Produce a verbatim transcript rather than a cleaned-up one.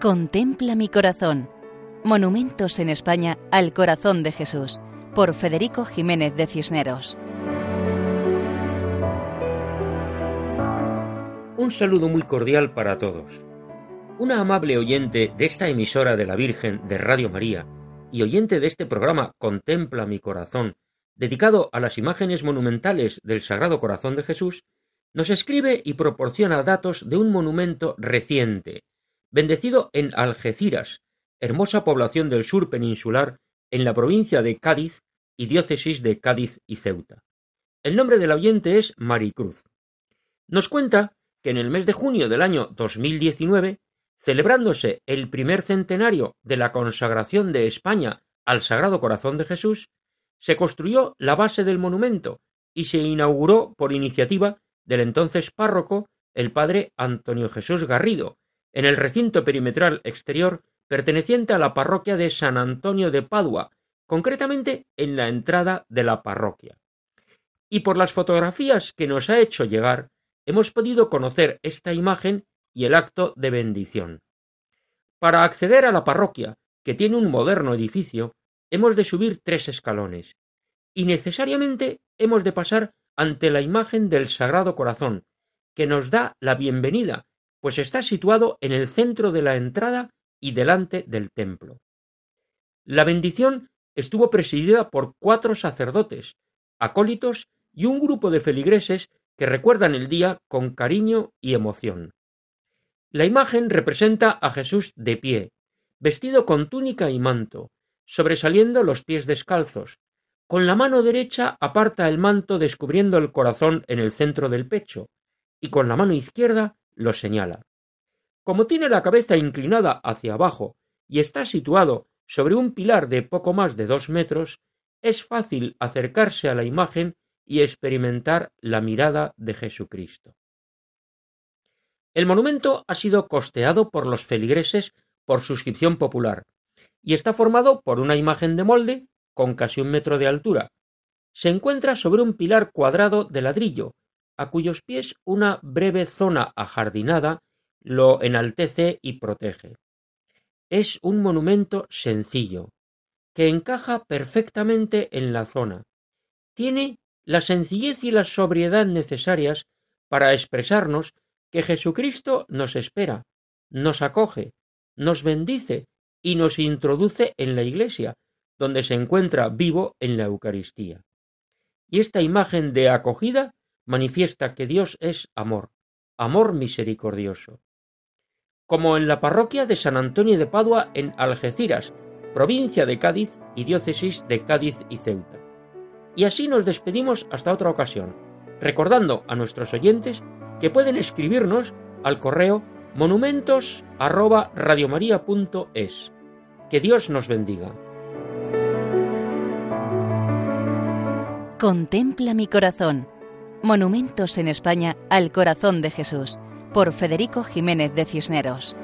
Contempla mi corazón. Monumentos en España al corazón de Jesús, por Federico Jiménez de Cisneros. Un saludo muy cordial para todos. Una amable oyente de esta emisora de la Virgen de Radio María y oyente de este programa Contempla mi corazón, dedicado a las imágenes monumentales del Sagrado Corazón de Jesús, nos escribe y proporciona datos de un monumento reciente, bendecido en Algeciras, hermosa población del sur peninsular en la provincia de Cádiz y diócesis de Cádiz y Ceuta. El nombre del oyente es Maricruz. Nos cuenta que en el mes de junio del año dos mil diecinueve, celebrándose el primer centenario de la consagración de España al Sagrado Corazón de Jesús, se construyó la base del monumento y se inauguró por iniciativa del entonces párroco, el padre Antonio Jesús Garrido, en el recinto perimetral exterior perteneciente a la parroquia de San Antonio de Padua, concretamente en la entrada de la parroquia. Y por las fotografías que nos ha hecho llegar, hemos podido conocer esta imagen y el acto de bendición. Para acceder a la parroquia, que tiene un moderno edificio, hemos de subir tres escalones, y necesariamente hemos de pasar ante la imagen del Sagrado Corazón, que nos da la bienvenida, pues está situado en el centro de la entrada y delante del templo. La bendición estuvo presidida por cuatro sacerdotes, acólitos y un grupo de feligreses que recuerdan el día con cariño y emoción. La imagen representa a Jesús de pie, vestido con túnica y manto, sobresaliendo los pies descalzos. Con la mano derecha aparta el manto descubriendo el corazón en el centro del pecho, y con la mano izquierda lo señala. Como tiene la cabeza inclinada hacia abajo y está situado sobre un pilar de poco más de dos metros, es fácil acercarse a la imagen y experimentar la mirada de Jesucristo. El monumento ha sido costeado por los feligreses por suscripción popular y está formado por una imagen de molde con casi un metro de altura. Se encuentra sobre un pilar cuadrado de ladrillo, a cuyos pies una breve zona ajardinada lo enaltece y protege. Es un monumento sencillo, que encaja perfectamente en la zona. Tiene la sencillez y la sobriedad necesarias para expresarnos que Jesucristo nos espera, nos acoge, nos bendice y nos introduce en la Iglesia, donde se encuentra vivo en la Eucaristía. Y esta imagen de acogida manifiesta que Dios es amor, amor misericordioso. Como en la parroquia de San Antonio de Padua en Algeciras, provincia de Cádiz y diócesis de Cádiz y Ceuta. Y así nos despedimos hasta otra ocasión, recordando a nuestros oyentes que pueden escribirnos al correo monumentos arroba radiomaria punto es. Que Dios nos bendiga. Contempla mi corazón. Monumentos en España al corazón de Jesús, por Federico Jiménez de Cisneros.